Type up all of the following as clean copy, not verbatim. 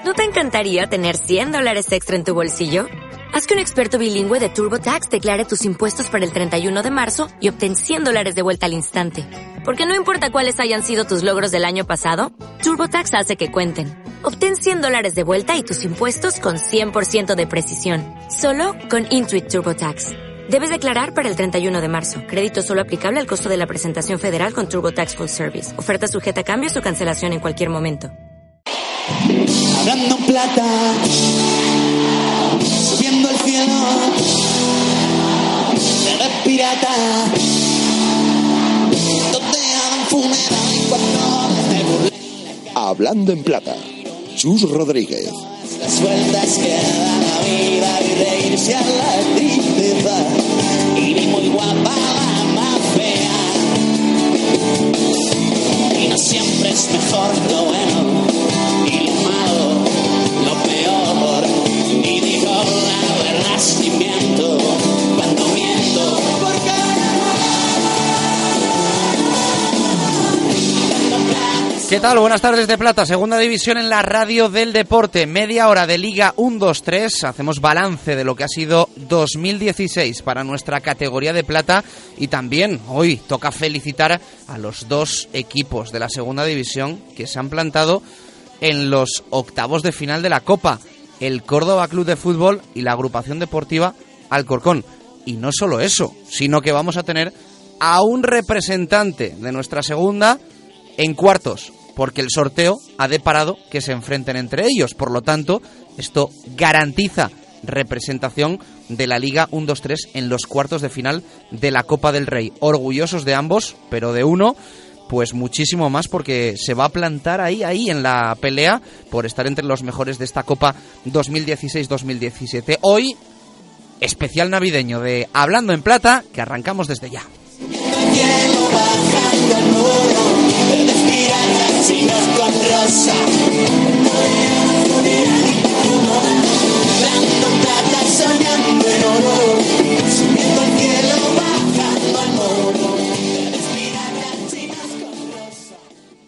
¿No te encantaría tener $100 extra en tu bolsillo? Haz que un experto bilingüe de TurboTax declare tus impuestos para el 31 de marzo y obtén $100 de vuelta al instante. Porque no importa cuáles hayan sido tus logros del año pasado, TurboTax hace que cuenten. Obtén $100 de vuelta y tus impuestos con 100% de precisión. Solo con Intuit TurboTax. Debes declarar para el 31 de marzo. Crédito solo aplicable al costo de la presentación federal con TurboTax Full Service. Oferta sujeta a cambios o cancelación en cualquier momento. Hablando plata, subiendo al cielo, eres pirata. Hablando en plata, Chus Rodríguez. Las vueltas que da la vida y reírse a la tristeza. Y ni muy guapa la más fea. Y no siempre es mejor lo bueno y lo malo, lo peor. Y digo la verdad sin miento cuando miento. ¿Qué tal? Buenas tardes de Plata, segunda división en la radio del deporte, media hora de Liga 1-2-3, hacemos balance de lo que ha sido 2016 para nuestra categoría de plata y también hoy toca felicitar a los dos equipos de la segunda división que se han plantado en los octavos de final de la Copa, el Córdoba Club de Fútbol y la agrupación deportiva Alcorcón. Y no solo eso, sino que vamos a tener a un representante de nuestra segunda en cuartos, porque el sorteo ha deparado que se enfrenten entre ellos. Por lo tanto, esto garantiza representación de la Liga 1-2-3 en los cuartos de final de la Copa del Rey. Orgullosos de ambos, pero de uno, pues muchísimo más, porque se va a plantar ahí en la pelea por estar entre los mejores de esta Copa 2016-2017. Hoy, especial navideño de Hablando en Plata, que arrancamos desde ya. Con rosa, dando plata, soñando en oro, subiendo al cielo, bajando al moro, con rosa.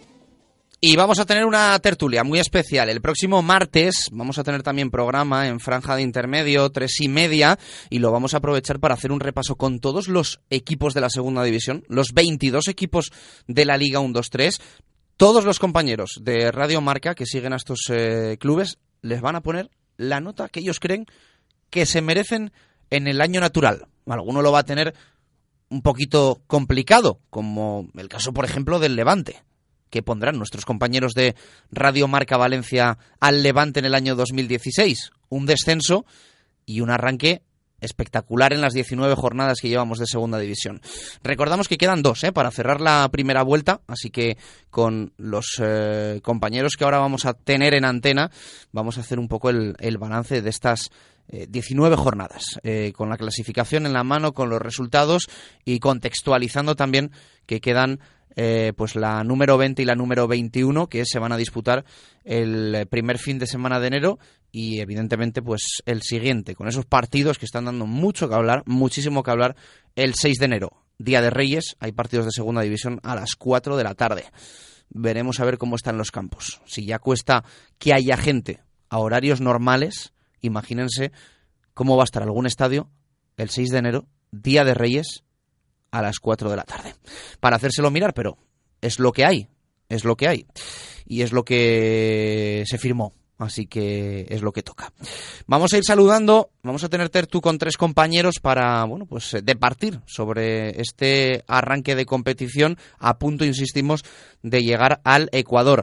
Y vamos a tener una tertulia muy especial. El próximo martes vamos a tener también programa en franja de intermedio, 3:30, y lo vamos a aprovechar para hacer un repaso con todos los equipos de la segunda división, los 22 equipos de la Liga 1-2-3. Todos los compañeros de Radio Marca que siguen a estos clubes les van a poner la nota que ellos creen que se merecen en el año natural. Alguno lo va a tener un poquito complicado, como el caso, por ejemplo, del Levante, que pondrán nuestros compañeros de Radio Marca Valencia al Levante en el año 2016. Un descenso y un arranque espectacular en las 19 jornadas que llevamos de segunda división. Recordamos que quedan 2 para cerrar la primera vuelta, así que con los compañeros que ahora vamos a tener en antena vamos a hacer un poco el balance de estas 19 jornadas, con la clasificación en la mano, con los resultados y contextualizando también que quedan pues la número 20 y la número 21, que se van a disputar el primer fin de semana de enero y evidentemente pues el siguiente, con esos partidos que están dando mucho que hablar, muchísimo que hablar. El 6 de enero, Día de Reyes, hay partidos de segunda división a las 4 de la tarde. Veremos a ver cómo están los campos. Si ya cuesta que haya gente a horarios normales, imagínense cómo va a estar algún estadio el 6 de enero, Día de Reyes, a las 4 de la tarde. Para hacérselo mirar, pero es lo que hay, es lo que hay. Y es lo que se firmó, así que es lo que toca. Vamos a ir saludando, vamos a tener tertu con 3 compañeros para, bueno, pues departir sobre este arranque de competición a punto, insistimos, de llegar al Ecuador.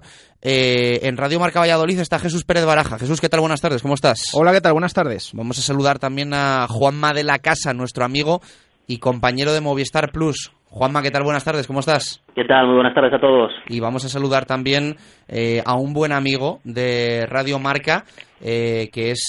En Radio Marca Valladolid está Jesús Pérez Baraja. Jesús, ¿qué tal? Buenas tardes, ¿cómo estás? Hola, ¿qué tal? Buenas tardes. Vamos a saludar también a Juanma de la Casa, nuestro amigo y compañero de Movistar Plus. Juanma, ¿qué tal? Buenas tardes, ¿cómo estás? ¿Qué tal? Muy buenas tardes a todos. Y vamos a saludar también a un buen amigo de Radio Marca, que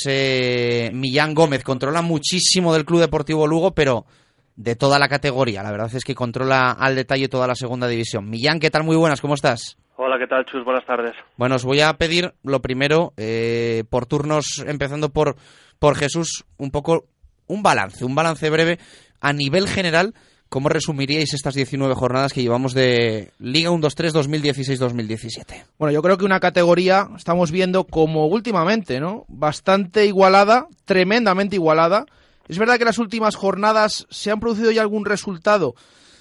es Millán Gómez. Controla muchísimo del Club Deportivo Lugo, pero de toda la categoría. La verdad es que controla al detalle toda la segunda división. Millán, ¿qué tal? Muy buenas, ¿cómo estás? Hola, ¿qué tal, Chus? Buenas tardes. Bueno, os voy a pedir lo primero, por turnos, empezando por Jesús, un poco un balance breve a nivel general ¿cómo resumiríais estas 19 jornadas que llevamos de Liga 1-2-3 2016-2017? Bueno, yo creo que una categoría estamos viendo como últimamente, ¿no? Bastante igualada, tremendamente igualada. Es verdad que en las últimas jornadas se han producido ya algún resultado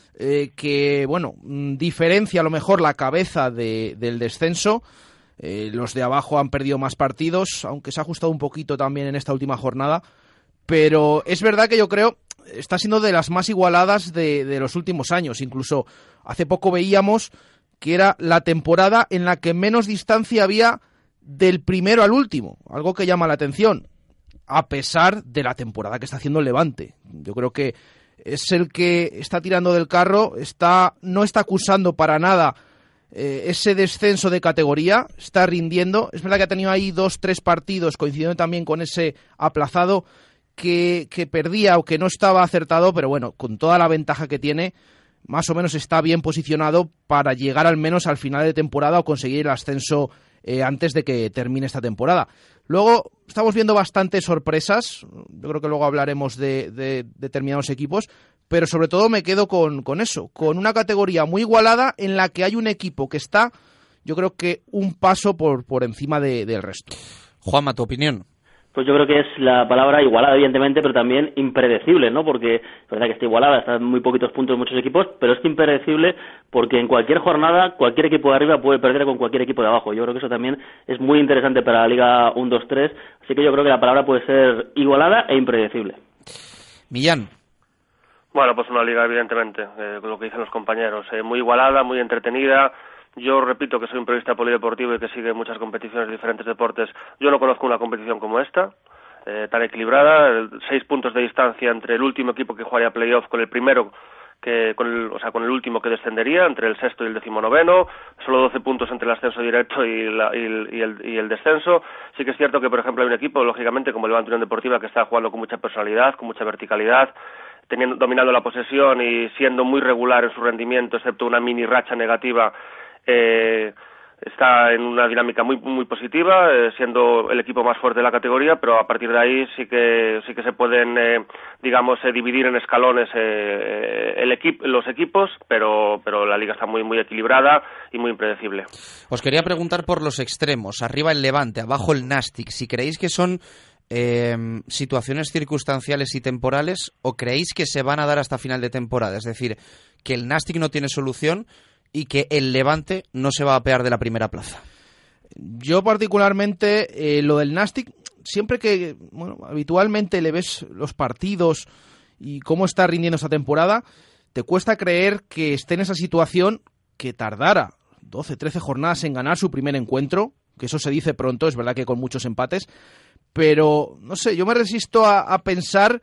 que, bueno, diferencia a lo mejor la cabeza del descenso. Los de abajo han perdido más partidos, aunque se ha ajustado un poquito también en esta última jornada. Pero es verdad que yo creo está siendo de las más igualadas de los últimos años. Incluso hace poco veíamos que era la temporada en la que menos distancia había del primero al último. Algo que llama la atención, a pesar de la temporada que está haciendo el Levante. Yo creo que es el que está tirando del carro, no está acusando para nada ese descenso de categoría, está rindiendo. Es verdad que ha tenido ahí 2-3 partidos, coincidiendo también con ese aplazado que perdía o que no estaba acertado, pero bueno, con toda la ventaja que tiene, más o menos está bien posicionado para llegar al menos al final de temporada o conseguir el ascenso antes de que termine esta temporada. Luego estamos viendo bastantes sorpresas, yo creo que luego hablaremos de determinados equipos, pero sobre todo me quedo con eso, con una categoría muy igualada en la que hay un equipo que está, yo creo que un paso por encima del resto. Juanma, tu opinión. Pues yo creo que es la palabra igualada, evidentemente, pero también impredecible, ¿no? Porque es verdad que está igualada, están muy poquitos puntos en muchos equipos, pero es impredecible porque en cualquier jornada, cualquier equipo de arriba puede perder con cualquier equipo de abajo. Yo creo que eso también es muy interesante para la Liga 1-2-3, así que yo creo que la palabra puede ser igualada e impredecible. Millán. Bueno, pues una liga, evidentemente, lo que dicen los compañeros, muy igualada, muy entretenida. Yo repito que soy un periodista polideportivo y que sigue muchas competiciones de diferentes deportes. Yo no conozco una competición como esta, tan equilibrada, 6 puntos de distancia entre el último equipo que jugaría playoff con el primero, con el último que descendería, entre el sexto y el 19º, solo 12 puntos entre el ascenso directo y el descenso. Sí que es cierto que, por ejemplo, hay un equipo, lógicamente, como el Levante Unión Deportiva, que está jugando con mucha personalidad, con mucha verticalidad, dominando la posesión y siendo muy regular en su rendimiento, excepto una mini racha negativa. Está en una dinámica muy muy positiva, siendo el equipo más fuerte de la categoría, pero a partir de ahí sí que se pueden dividir en escalones los equipos, pero la liga está muy muy equilibrada y muy impredecible. Os quería preguntar por los extremos, arriba el Levante, abajo el Nastic, si creéis que son situaciones circunstanciales y temporales o creéis que se van a dar hasta final de temporada, es decir, que el Nastic no tiene solución y que el Levante no se va a apear de la primera plaza. Yo particularmente, lo del Nastic, siempre que, habitualmente le ves los partidos y cómo está rindiendo esta temporada, te cuesta creer que esté en esa situación que tardara 12, 13 jornadas en ganar su primer encuentro, que eso se dice pronto, es verdad que con muchos empates, pero, no sé, yo me resisto a pensar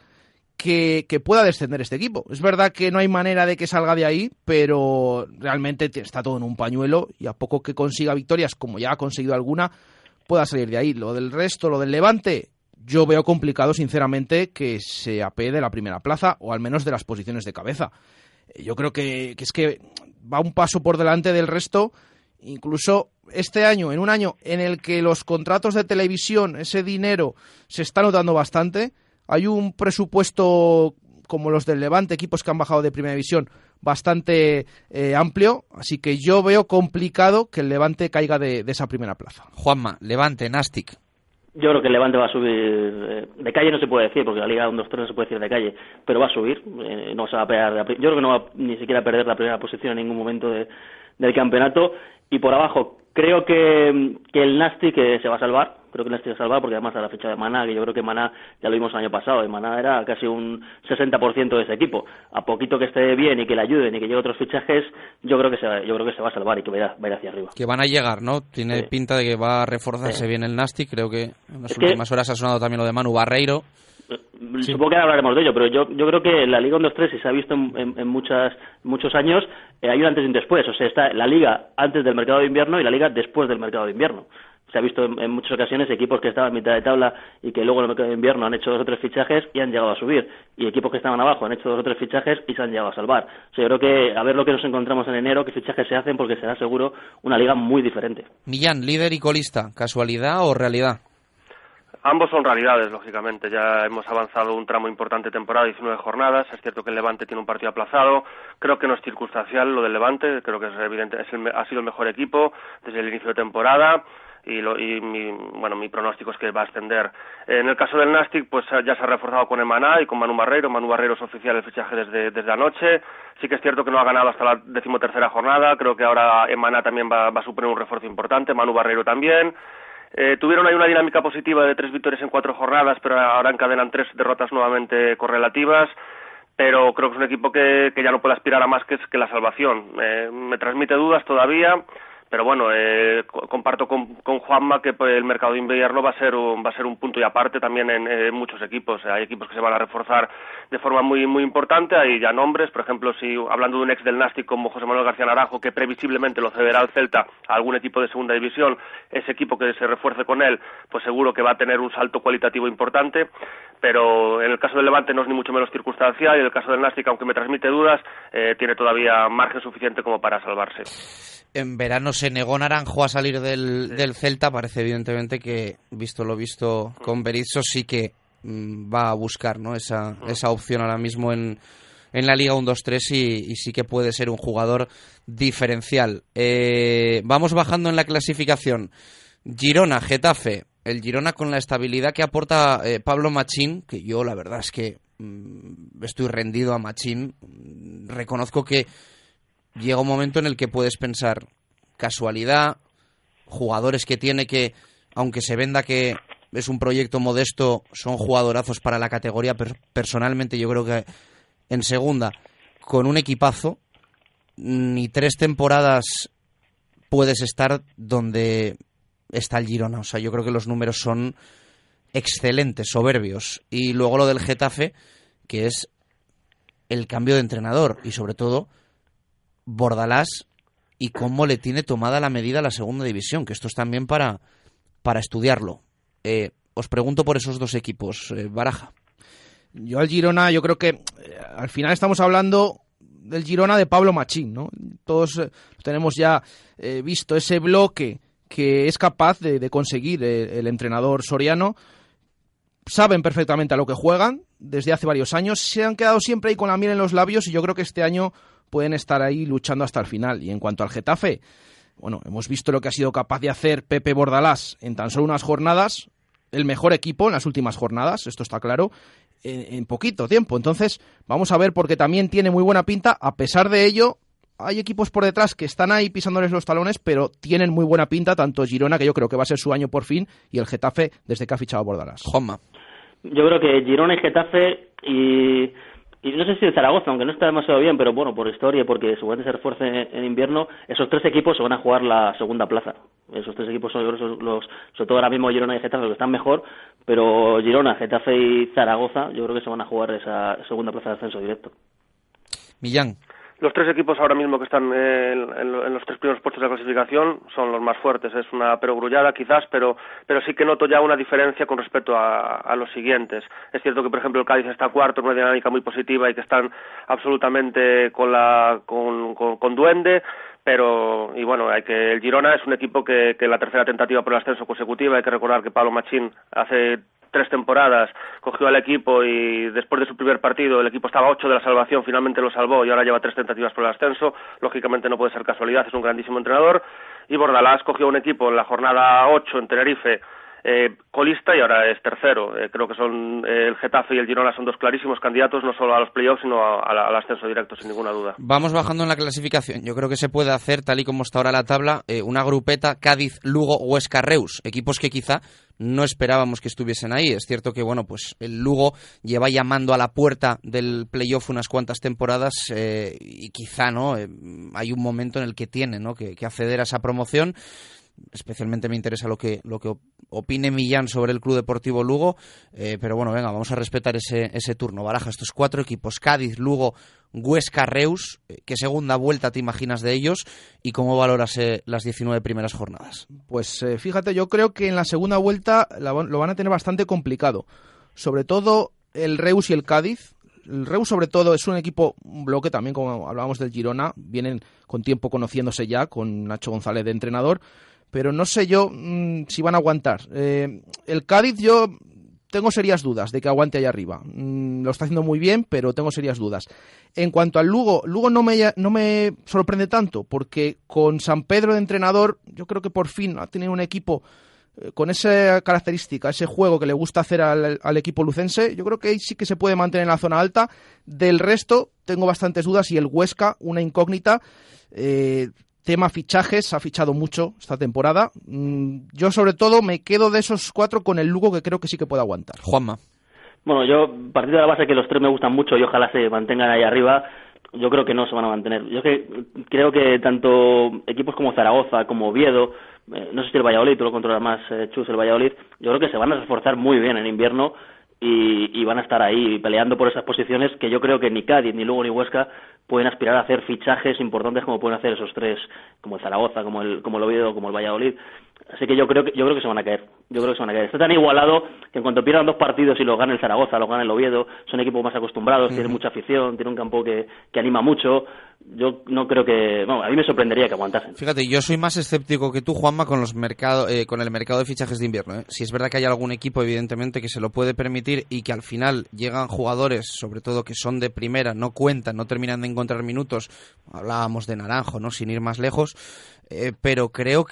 que pueda descender este equipo. Es verdad que no hay manera de que salga de ahí, pero realmente está todo en un pañuelo y a poco que consiga victorias, como ya ha conseguido alguna, pueda salir de ahí. Lo del resto, lo del Levante, yo veo complicado, sinceramente, que se apee de la primera plaza o al menos de las posiciones de cabeza. Yo creo que es que va un paso por delante del resto, incluso este año, en un año en el que los contratos de televisión, ese dinero, se está notando bastante. Hay un presupuesto como los del Levante, equipos que han bajado de primera división, bastante amplio, así que yo veo complicado que el Levante caiga de esa primera plaza. Juanma, Levante, Nastic. Yo creo que el Levante va a subir, de calle no se puede decir, porque la Liga 1-2-3 no se puede decir de calle, pero va a subir, no se va a pegar, yo creo que no va ni siquiera a perder la primera posición en ningún momento del campeonato, y por abajo creo que el Nastic se va a salvar, creo que el Nastic se va a salvar porque además a la fecha de Maná, que yo creo que Maná ya lo vimos el año pasado, Maná era casi un 60% de ese equipo, a poquito que esté bien y que le ayuden y que lleguen otros fichajes, yo creo que se va a salvar y que va a ir hacia arriba. Que van a llegar, ¿no? Tiene pinta de que va a reforzarse bien el Nastic, creo que en las últimas horas ha sonado también lo de Manu Barreiro. Sí. Supongo que hablaremos de ello, pero yo creo que la Liga 1-2-3, si se ha visto en muchos años, hay un antes y un después. O sea, está la Liga antes del mercado de invierno y la Liga después del mercado de invierno. Se ha visto en muchas ocasiones equipos que estaban a mitad de tabla y que luego en el mercado de invierno han hecho 2 o 3 fichajes y han llegado a subir. Y equipos que estaban abajo han hecho 2 o 3 fichajes y se han llegado a salvar. O sea, yo creo que a ver lo que nos encontramos en enero, qué fichajes se hacen, porque será seguro una liga muy diferente. Millán, líder y colista, ¿casualidad o realidad? Ambos son realidades, lógicamente. Ya hemos avanzado un tramo importante de temporada, 19 jornadas. Es cierto que el Levante tiene un partido aplazado. Creo que no es circunstancial lo del Levante. Creo que es evidente, ha sido el mejor equipo desde el inicio de temporada. Mi pronóstico es que va a ascender. En el caso del Nastic, pues ya se ha reforzado con Emaná y con Manu Barreiro. Manu Barreiro es oficial el fichaje desde anoche. Sí que es cierto que no ha ganado hasta la 13ª jornada. Creo que ahora Emaná también va a suponer un refuerzo importante. Manu Barreiro también. Tuvieron ahí una dinámica positiva de 3 victorias en 4 jornadas, pero ahora encadenan 3 derrotas nuevamente correlativas. Pero creo que es un equipo que ya no puede aspirar a más que la salvación. Me transmite dudas todavía. Pero bueno, comparto con Juanma que el mercado de invierno va a ser un punto y aparte también en muchos equipos. Hay equipos que se van a reforzar de forma muy muy importante. Hay ya nombres, por ejemplo, si hablando de un ex del Nastic como José Manuel García Naranjo, que previsiblemente lo cederá al Celta a algún equipo de segunda división, ese equipo que se refuerce con él, pues seguro que va a tener un salto cualitativo importante. Pero en el caso del Levante no es ni mucho menos circunstancial, y en el caso del Nastic, aunque me transmite dudas, tiene todavía margen suficiente como para salvarse. En verano se negó Naranjo a salir del Celta. Parece evidentemente que, visto lo visto con Berizzo, sí que va a buscar, ¿no?, esa opción ahora mismo en la Liga 1-2-3 y sí que puede ser un jugador diferencial. Vamos bajando en la clasificación. Girona, Getafe. El Girona con la estabilidad que aporta Pablo Machín, que yo la verdad es que estoy rendido a Machín. Reconozco que llega un momento en el que puedes pensar casualidad, jugadores que tiene que, aunque se venda que es un proyecto modesto, son jugadorazos para la categoría. Pero personalmente yo creo que en segunda, con un equipazo, ni 3 temporadas puedes estar donde está el Girona. O sea, yo creo que los números son excelentes, soberbios. Y luego lo del Getafe, que es el cambio de entrenador y sobre todo Bordalás y cómo le tiene tomada la medida a la segunda división, que esto es también para estudiarlo. Os pregunto por esos 2 equipos, Baraja. Yo al Girona, yo creo que al final estamos hablando del Girona de Pablo Machín, ¿no? Todos tenemos ya visto ese bloque que es capaz de conseguir el entrenador soriano. Saben perfectamente a lo que juegan desde hace varios años, se han quedado siempre ahí con la miel en los labios, y yo creo que este año pueden estar ahí luchando hasta el final. Y en cuanto al Getafe, bueno, hemos visto lo que ha sido capaz de hacer Pepe Bordalás en tan solo unas jornadas, el mejor equipo en las últimas jornadas, esto está claro, en poquito tiempo. Entonces, vamos a ver, porque también tiene muy buena pinta. A pesar de ello, hay equipos por detrás que están ahí pisándoles los talones, pero tienen muy buena pinta, tanto Girona, que yo creo que va a ser su año por fin, y el Getafe desde que ha fichado a Bordalás. Juanma. Yo creo que Girona y Getafe y no sé si el Zaragoza, aunque no está demasiado bien, pero bueno, por historia, porque seguramente se refuerce en invierno, esos 3 equipos se van a jugar la segunda plaza. Esos 3 equipos son los, sobre todo ahora mismo Girona y Getafe, los que están mejor, pero Girona, Getafe y Zaragoza, yo creo que se van a jugar esa segunda plaza de ascenso directo. Millán. Los 3 equipos ahora mismo que están en los 3 primeros puestos de la clasificación son los más fuertes. Es una perogrullada quizás, pero sí que noto ya una diferencia con respecto a los siguientes. Es cierto que, por ejemplo, el Cádiz está cuarto, una dinámica muy positiva y que están absolutamente con duende. Pero, y bueno, el Girona es un equipo que la tercera tentativa por el ascenso consecutiva. Hay que recordar que Pablo Machín hace 3 temporadas cogió al equipo y después de su primer partido el equipo estaba 8 de la salvación, finalmente lo salvó y ahora lleva 3 tentativas por el ascenso. Lógicamente no puede ser casualidad, es un grandísimo entrenador. Y Bordalás cogió un equipo en la jornada 8 en Tenerife, colista, y ahora es tercero. Creo que son el Getafe y el Girona son 2 clarísimos candidatos, no solo a los playoffs, sino al ascenso directo, sin ninguna duda. Vamos bajando en la clasificación. Yo creo que se puede hacer, tal y como está ahora la tabla, una grupeta Cádiz, Lugo, Huesca, Reus, equipos que quizá no esperábamos que estuviesen ahí. Es cierto que, bueno, pues el Lugo lleva llamando a la puerta del playoff unas cuantas temporadas, y quizá, ¿no?, hay un momento en el que tiene, ¿no?, que acceder a esa promoción. Especialmente me interesa lo que opine Millán sobre el Club Deportivo Lugo, pero bueno, venga, vamos a respetar ese turno. Baraja, estos 4 equipos, Cádiz, Lugo, Huesca, Reus, ¿qué segunda vuelta te imaginas de ellos y cómo valoras las 19 primeras jornadas? Pues fíjate, yo creo que en la segunda vuelta lo van a tener bastante complicado, sobre todo el Reus y el Cádiz. El Reus, sobre todo, es un equipo, un bloque también, como hablábamos del Girona, vienen con tiempo conociéndose ya, con Nacho González de entrenador. pero no sé yo si van a aguantar. El Cádiz yo tengo serias dudas de que aguante allá arriba. Lo está haciendo muy bien, pero tengo serias dudas. En cuanto al Lugo no me sorprende tanto, porque con San Pedro de entrenador, yo creo que por fin ha tenido un equipo con esa característica, ese juego que le gusta hacer al equipo lucense. Yo creo que ahí sí que se puede mantener en la zona alta. Del resto tengo bastantes dudas, y el Huesca, una incógnita. Tema fichajes, ha fichado mucho esta temporada. Yo sobre todo me quedo de esos 4 con el Lugo, que creo que sí que puede aguantar. Juanma. Bueno, yo partiendo de la base que los 3 me gustan mucho y ojalá se mantengan ahí arriba, yo creo que no se van a mantener. Yo creo que tanto equipos como Zaragoza, como Oviedo, no sé si el Valladolid, tú lo controlas más, Chus, el Valladolid, yo creo que se van a reforzar muy bien en invierno y van a estar ahí peleando por esas posiciones que yo creo que ni Cádiz, ni Lugo, ni Huesca pueden aspirar a hacer fichajes importantes como pueden hacer esos 3, como el Zaragoza, como el Oviedo, como el Valladolid. Así que yo creo que se van a caer. Está tan igualado que en cuanto pierdan 2 partidos y los gane el Zaragoza, los gane el Oviedo, son equipos más acostumbrados, tienen mucha afición, tienen un campo que anima mucho. Yo no creo que... Bueno, a mí me sorprendería que aguantasen. Fíjate, yo soy más escéptico que tú, Juanma, con el mercado de fichajes de invierno. Si es verdad que hay algún equipo, evidentemente, que se lo puede permitir y que al final llegan jugadores, sobre todo que son de primera, no cuentan, no terminan de encontrar minutos. Hablábamos de Naranjo, ¿no? Sin ir más lejos. Pero creo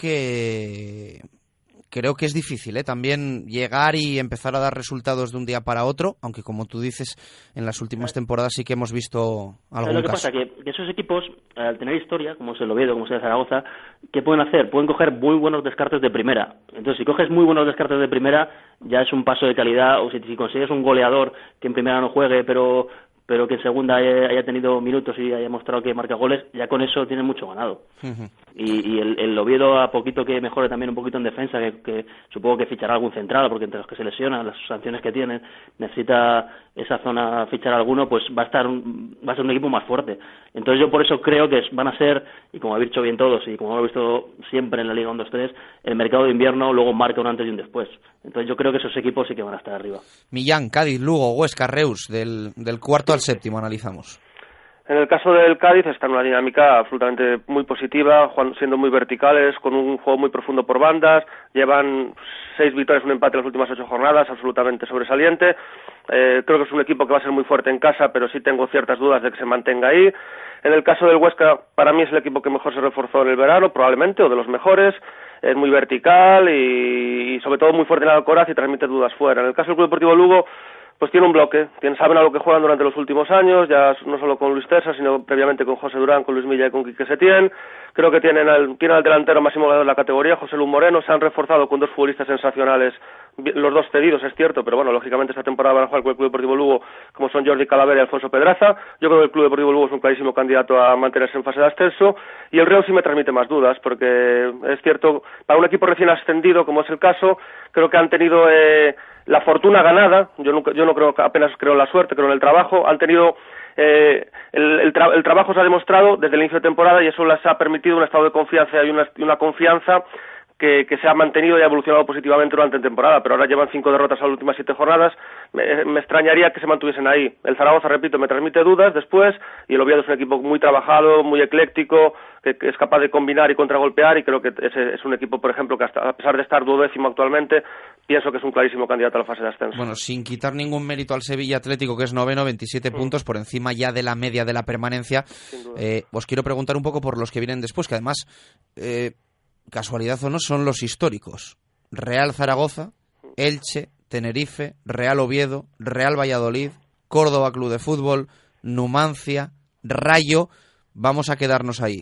que es difícil, también llegar y empezar a dar resultados de un día para otro, aunque como tú dices, en las últimas temporadas sí que hemos visto algún lo que caso. pasa que esos equipos, al tener historia, como es el Oviedo, como es el Zaragoza, ¿qué pueden hacer? Pueden coger muy buenos descartes de primera. Entonces, si coges muy buenos descartes de primera, ya es un paso de calidad, o si consigues un goleador que en primera no juegue, pero que en segunda haya tenido minutos y haya mostrado que marca goles, ya con eso tiene mucho ganado. Uh-huh. Y el Oviedo, a poquito que mejore también un poquito en defensa, que supongo que fichará algún central, porque entre los que se lesionan, las sanciones que tienen, necesita esa zona fichar alguno, pues va a ser un equipo más fuerte. Entonces yo por eso creo que van a ser, y como habéis dicho bien todos, y como lo he visto siempre en la Liga 1-2-3, el mercado de invierno luego marca un antes y un después. Entonces yo creo que esos equipos sí que van a estar arriba. Millán, Cádiz, Lugo, Huesca, Reus, del 4 al 7 analizamos. En el caso del Cádiz está en una dinámica absolutamente muy positiva, siendo muy verticales, con un juego muy profundo por bandas, llevan 6 victorias, un empate en las últimas 8 jornadas, absolutamente sobresaliente. Creo que es un equipo que va a ser muy fuerte en casa, pero sí tengo ciertas dudas de que se mantenga ahí. En el caso del Huesca, para mí es el equipo que mejor se reforzó en el verano, probablemente, o de los mejores. Es muy vertical y sobre todo muy fuerte en la Alcoraz y transmite dudas fuera. En el caso del Club Deportivo Lugo, pues tiene un bloque, saben a lo que juegan durante los últimos años, ya no solo con Luis César, sino previamente con José Durán, con Luis Milla y con Quique Setién. Creo que tienen al delantero máximo goleador de la categoría, José Luis Moreno. Se han reforzado con 2 futbolistas sensacionales, los 2 cedidos, es cierto, pero bueno, lógicamente esta temporada van a jugar con el Club Deportivo Lugo, como son Jordi Calavera y Alfonso Pedraza. Yo creo que el Club Deportivo Lugo es un clarísimo candidato a mantenerse en fase de ascenso, y el Reus sí me transmite más dudas, porque es cierto, para un equipo recién ascendido, como es el caso, creo que han tenido la fortuna ganada. Yo no creo, apenas creo en la suerte, creo en el trabajo. Han tenido el trabajo se ha demostrado desde el inicio de temporada, y eso les ha permitido un estado de confianza y una confianza que se ha mantenido y ha evolucionado positivamente durante la temporada, pero ahora llevan 5 derrotas a las últimas 7 jornadas. Me extrañaría que se mantuviesen ahí. El Zaragoza, repito, me transmite dudas después, y el Oviedo es un equipo muy trabajado, muy ecléctico, que es capaz de combinar y contragolpear, y creo que es un equipo, por ejemplo, que a pesar de estar 12º actualmente, pienso que es un clarísimo candidato a la fase de ascenso. Bueno, sin quitar ningún mérito al Sevilla Atlético, que es 9º, 27 puntos, por encima ya de la media de la permanencia. Os quiero preguntar un poco por los que vienen después, que además... casualidad o no, son los históricos: Real Zaragoza, Elche, Tenerife, Real Oviedo, Real Valladolid, Córdoba Club de Fútbol, Numancia, Rayo. Vamos a quedarnos ahí.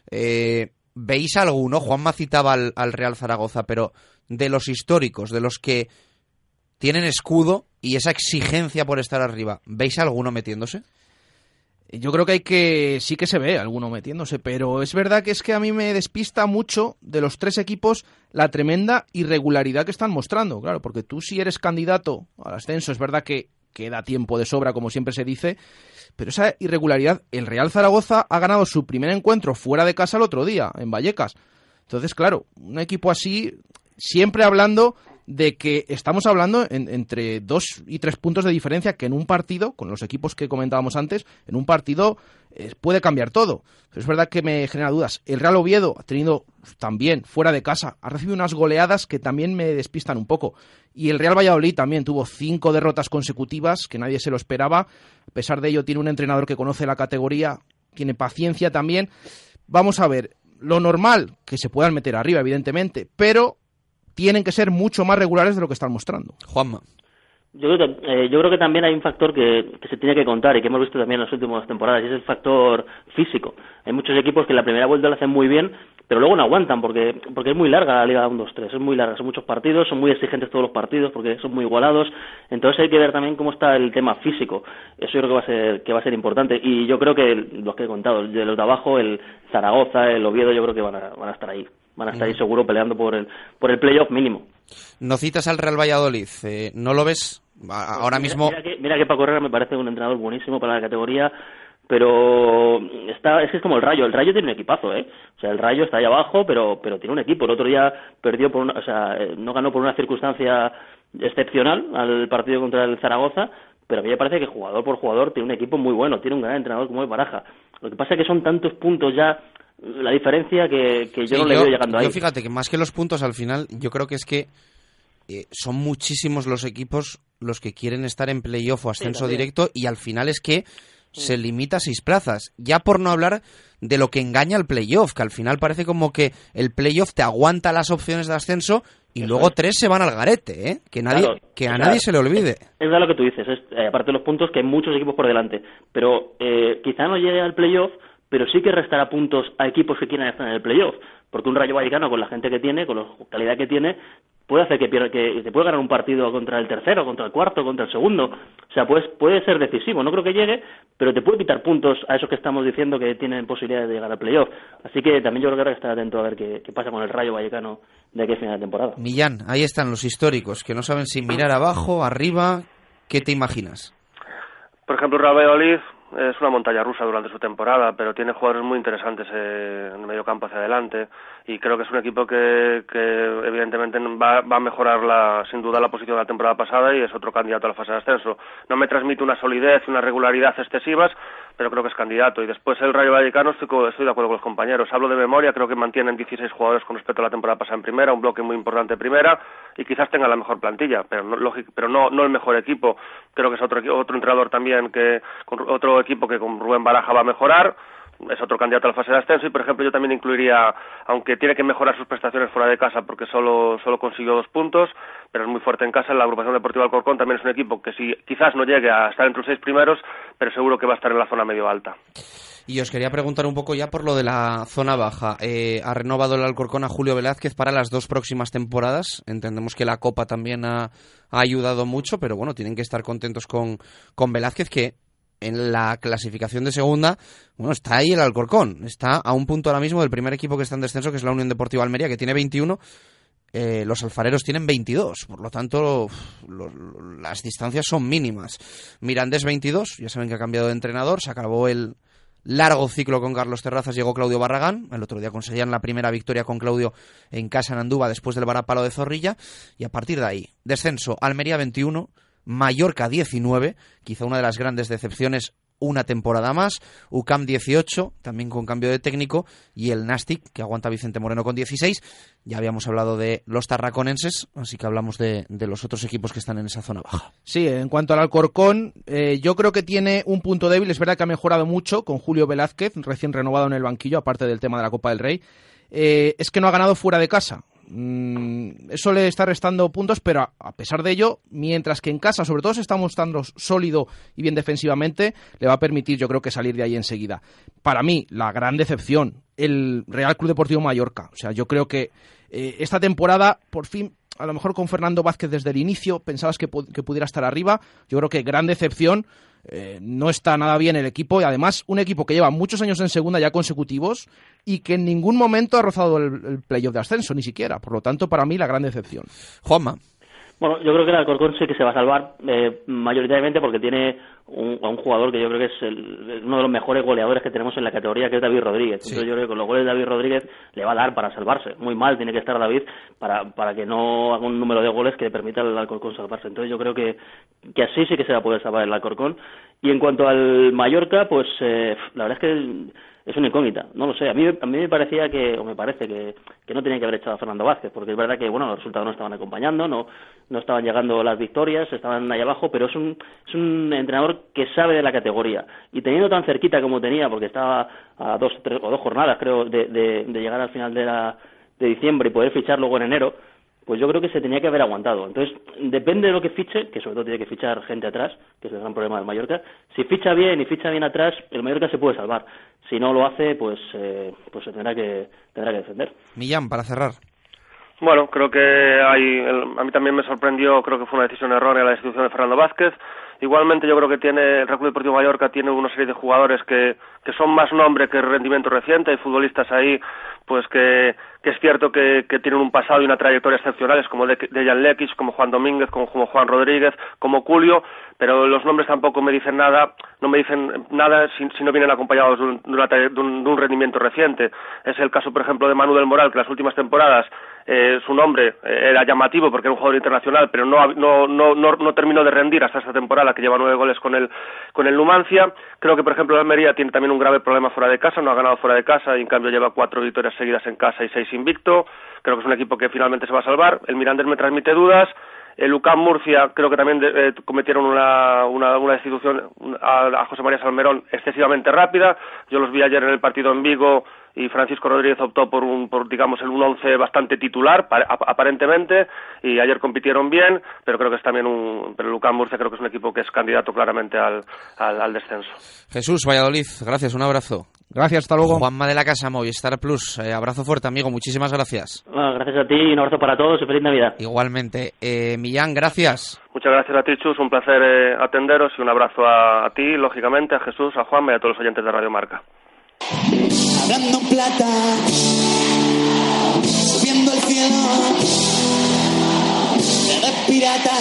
¿Veis alguno? Juanma citaba al Real Zaragoza, pero de los históricos, de los que tienen escudo y esa exigencia por estar arriba, ¿veis alguno metiéndose? Yo creo que sí que se ve alguno metiéndose, pero es verdad que a mí me despista mucho de los 3 equipos la tremenda irregularidad que están mostrando. Claro, porque tú, si eres candidato al ascenso, es verdad que queda tiempo de sobra, como siempre se dice, pero esa irregularidad, el Real Zaragoza ha ganado su primer encuentro fuera de casa el otro día, en Vallecas. Entonces, claro, un equipo así, siempre hablando de que estamos hablando entre 2 y 3 puntos de diferencia, que en un partido, con los equipos que comentábamos antes, en un partido puede cambiar todo. Pero es verdad que me genera dudas. El Real Oviedo ha tenido también, fuera de casa, ha recibido unas goleadas que también me despistan un poco. Y el Real Valladolid también tuvo 5 derrotas consecutivas, que nadie se lo esperaba. A pesar de ello, tiene un entrenador que conoce la categoría, tiene paciencia también. Vamos a ver, lo normal, que se puedan meter arriba, evidentemente, pero tienen que ser mucho más regulares de lo que están mostrando. Juanma. Yo creo que también hay un factor que se tiene que contar y que hemos visto también en las últimas temporadas, y es el factor físico. Hay muchos equipos que en la primera vuelta lo hacen muy bien, pero luego no aguantan porque es muy larga la Liga 1-2-3, es muy larga, son muchos partidos, son muy exigentes todos los partidos porque son muy igualados, entonces hay que ver también cómo está el tema físico. Eso yo creo que va a ser importante, y yo creo que los que he contado, de los de abajo, el Zaragoza, el Oviedo, yo creo que van a estar ahí. Van a estar ahí seguro peleando por el playoff mínimo. No citas al Real Valladolid, ¿no lo ves ahora mismo? Mira que Paco Herrera me parece un entrenador buenísimo para la categoría, pero es que es como el Rayo. El Rayo tiene un equipazo, O sea, el Rayo está ahí abajo, pero tiene un equipo. El otro día perdió no ganó por una circunstancia excepcional al partido contra el Zaragoza, pero a mí me parece que jugador por jugador tiene un equipo muy bueno, tiene un gran entrenador como es Baraja. Lo que pasa es que son tantos puntos ya la diferencia que yo no le veo llegando ahí. Yo fíjate que más que los puntos al final, yo creo que es que son muchísimos los equipos los que quieren estar en playoff o ascenso directo, y al final es que se limita a 6 plazas. Ya por no hablar de lo que engaña al playoff, que al final parece como que el playoff te aguanta las opciones de ascenso y eso luego 3 se van al garete, que nadie se le olvide. Es verdad lo que tú dices, aparte de los puntos, que hay muchos equipos por delante, pero quizá no llegue al playoff, pero sí que restará puntos a equipos que quieran estar en el playoff, porque un Rayo Vallecano, con la gente que tiene, con la calidad que tiene, puede hacer que te puede ganar un partido contra el tercero, contra el cuarto, contra el segundo. O sea, puede ser decisivo. No creo que llegue, pero te puede quitar puntos a esos que estamos diciendo que tienen posibilidades de llegar al playoff. Así que también yo creo que ahora que estar atento a ver qué pasa con el Rayo Vallecano de aquí a final de temporada. Millán, ahí están los históricos, que no saben si mirar abajo, arriba. ¿Qué te imaginas? Por ejemplo, Real Valladolid es una montaña rusa durante su temporada, pero tiene jugadores muy interesantes en el medio campo hacia adelante, y creo que es un equipo que evidentemente va a mejorar sin duda la posición de la temporada pasada, y es otro candidato a la fase de ascenso. No me transmite una solidez y una regularidad excesivas, pero creo que es candidato. Y después el Rayo Vallecano, estoy de acuerdo con los compañeros. Hablo de memoria, creo que mantienen 16 jugadores con respecto a la temporada pasada en primera, un bloque muy importante en primera, y quizás tenga la mejor plantilla, pero no el mejor equipo. Creo que es otro entrenador también, otro equipo que con Rubén Baraja va a mejorar. Es otro candidato a la fase de ascenso, y por ejemplo yo también incluiría, aunque tiene que mejorar sus prestaciones fuera de casa porque solo consiguió 2 puntos, pero es muy fuerte en casa, la agrupación deportiva Alcorcón también es un equipo que quizás no llegue a estar entre los 6 primeros, pero seguro que va a estar en la zona medio alta. Y os quería preguntar un poco ya por lo de la zona baja. Ha renovado el Alcorcón a Julio Velázquez para las 2 próximas temporadas. Entendemos que la Copa también ha ayudado mucho, pero bueno, tienen que estar contentos con Velázquez, que en la clasificación de segunda, bueno, está ahí el Alcorcón, está a un punto ahora mismo del primer equipo que está en descenso, que es la Unión Deportiva Almería, que tiene 21, los alfareros tienen 22, por lo tanto las distancias son mínimas. Mirandés 22, ya saben que ha cambiado de entrenador, se acabó el largo ciclo con Carlos Terrazas, llegó Claudio Barragán, el otro día conseguían la primera victoria con Claudio en casa en Andúba después del varapalo de Zorrilla, y a partir de ahí, descenso, Almería 21, Mallorca 19, quizá una de las grandes decepciones, una temporada más, UCAM 18, también con cambio de técnico, y el Nastic, que aguanta Vicente Moreno con 16. Ya habíamos hablado de los tarraconenses, así que hablamos de los otros equipos que están en esa zona baja. Sí, en cuanto al Alcorcón, yo creo que tiene un punto débil. Es verdad que ha mejorado mucho con Julio Velázquez, recién renovado en el banquillo, aparte del tema de la Copa del Rey. Es que no ha ganado fuera de casa. Eso le está restando puntos, pero a pesar de ello, mientras que en casa sobre todo se está mostrando sólido y bien defensivamente, le va a permitir, yo creo, que salir de ahí enseguida. Para mí, la gran decepción, el Real Club Deportivo Mallorca. O sea, yo creo que esta temporada, por fin, a lo mejor con Fernando Vázquez desde el inicio, pensabas que pudiera estar arriba. Yo creo que gran decepción. No está nada bien el equipo, y además un equipo que lleva muchos años en segunda ya consecutivos y que en ningún momento ha rozado el playoff de ascenso, ni siquiera. Por lo tanto, para mí, la gran decepción. Juanma. Bueno, yo creo que el Alcorcón sí que se va a salvar mayoritariamente porque tiene a un jugador que yo creo que es uno de los mejores goleadores que tenemos en la categoría, que es David Rodríguez. Sí. Entonces yo creo que con los goles de David Rodríguez le va a dar para salvarse. Muy mal tiene que estar David para que no haga un número de goles que le permita al Alcorcón salvarse. Entonces yo creo que así sí que se va a poder salvar el Alcorcón. Y en cuanto al Mallorca, pues la verdad es que es una incógnita, no lo sé. A mí me parecía me parece que no tenía que haber echado a Fernando Vázquez, porque es verdad que bueno, los resultados no estaban acompañando, no estaban llegando las victorias, estaban ahí abajo, pero es un entrenador que sabe de la categoría, y teniendo tan cerquita como tenía, porque estaba a 2 jornadas creo de llegar al final de diciembre y poder fichar luego en enero, pues yo creo que se tenía que haber aguantado. Entonces, depende de lo que fiche, que sobre todo tiene que fichar gente atrás, que es el gran problema del Mallorca. Si ficha bien atrás, el Mallorca se puede salvar. Si no lo hace, pues se tendrá que defender. Millán, para cerrar. Bueno, creo que a mí también me sorprendió, creo que fue una decisión errónea la destitución de Fernando Vázquez. Igualmente yo creo que el Real Club Deportivo Mallorca tiene una serie de jugadores que son más nombre que rendimiento reciente. Hay futbolistas ahí pues que es cierto que tienen un pasado y una trayectoria excepcionales, como Dejan Lekic, como Juan Domínguez, como Juan Rodríguez, como Julio, pero los nombres tampoco me dicen nada, no me dicen nada si no vienen acompañados de un rendimiento reciente. Es el caso, por ejemplo, de Manu del Moral, que las últimas temporadas su nombre era llamativo porque era un jugador internacional, pero no terminó de rendir hasta esta temporada, que lleva 9 goles con el Numancia. Creo que, por ejemplo, el Almería tiene también un grave problema fuera de casa, no ha ganado fuera de casa y en cambio lleva 4 victorias seguidas en casa y 6 invicto. Creo que es un equipo que finalmente se va a salvar. El Mirandés me transmite dudas. El UCAM Murcia creo que también cometieron una destitución a José María Salmerón excesivamente rápida. Yo los vi ayer en el partido en Vigo y Francisco Rodríguez optó por un 11 bastante titular, aparentemente, y ayer compitieron bien, pero creo que es también pero el UCAM Murcia creo que es un equipo que es candidato claramente al descenso. Jesús, Valladolid, gracias, un abrazo. Gracias, hasta luego. Juanma de la Casa, Movistar Plus, abrazo fuerte, amigo, muchísimas gracias. Bueno, gracias a ti y un abrazo para todos y feliz Navidad. Igualmente. Millán, gracias. Muchas gracias a ti, Chus, un placer atenderos y un abrazo a ti, lógicamente, a Jesús, a Juanma y a todos los oyentes de Radio Marca. Hablando en plata, subiendo al cielo, eres pirata,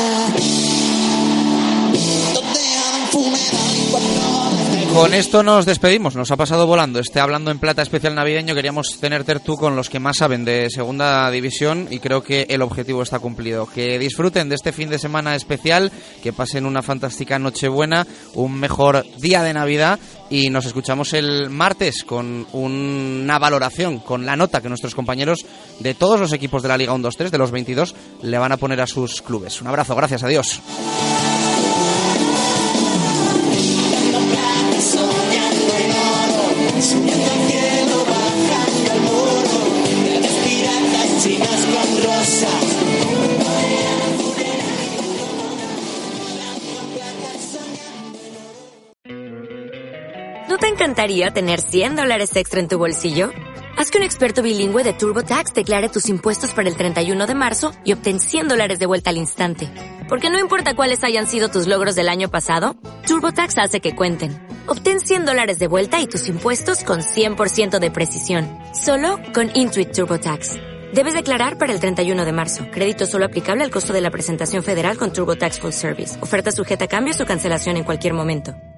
donde han funeral. Con esto nos despedimos, nos ha pasado volando este Hablando en Plata especial navideño. Queríamos tener tertu con los que más saben de segunda división y creo que el objetivo está cumplido. Que disfruten de este fin de semana especial, que pasen una fantástica Nochebuena, un mejor día de Navidad y nos escuchamos el martes con una valoración, con la nota que nuestros compañeros de todos los equipos de la Liga 1-2-3, de los 22, le van a poner a sus clubes. Un abrazo, gracias, adiós. ¿No te encantaría tener $100 extra en tu bolsillo? Haz que un experto bilingüe de TurboTax declare tus impuestos para el 31 de marzo y obtén $100 de vuelta al instante. Porque no importa cuáles hayan sido tus logros del año pasado, TurboTax hace que cuenten. Obtén $100 de vuelta y tus impuestos con 100% de precisión. Solo con Intuit TurboTax. Debes declarar para el 31 de marzo. Crédito solo aplicable al costo de la presentación federal con TurboTax Full Service. Oferta sujeta a cambios o cancelación en cualquier momento.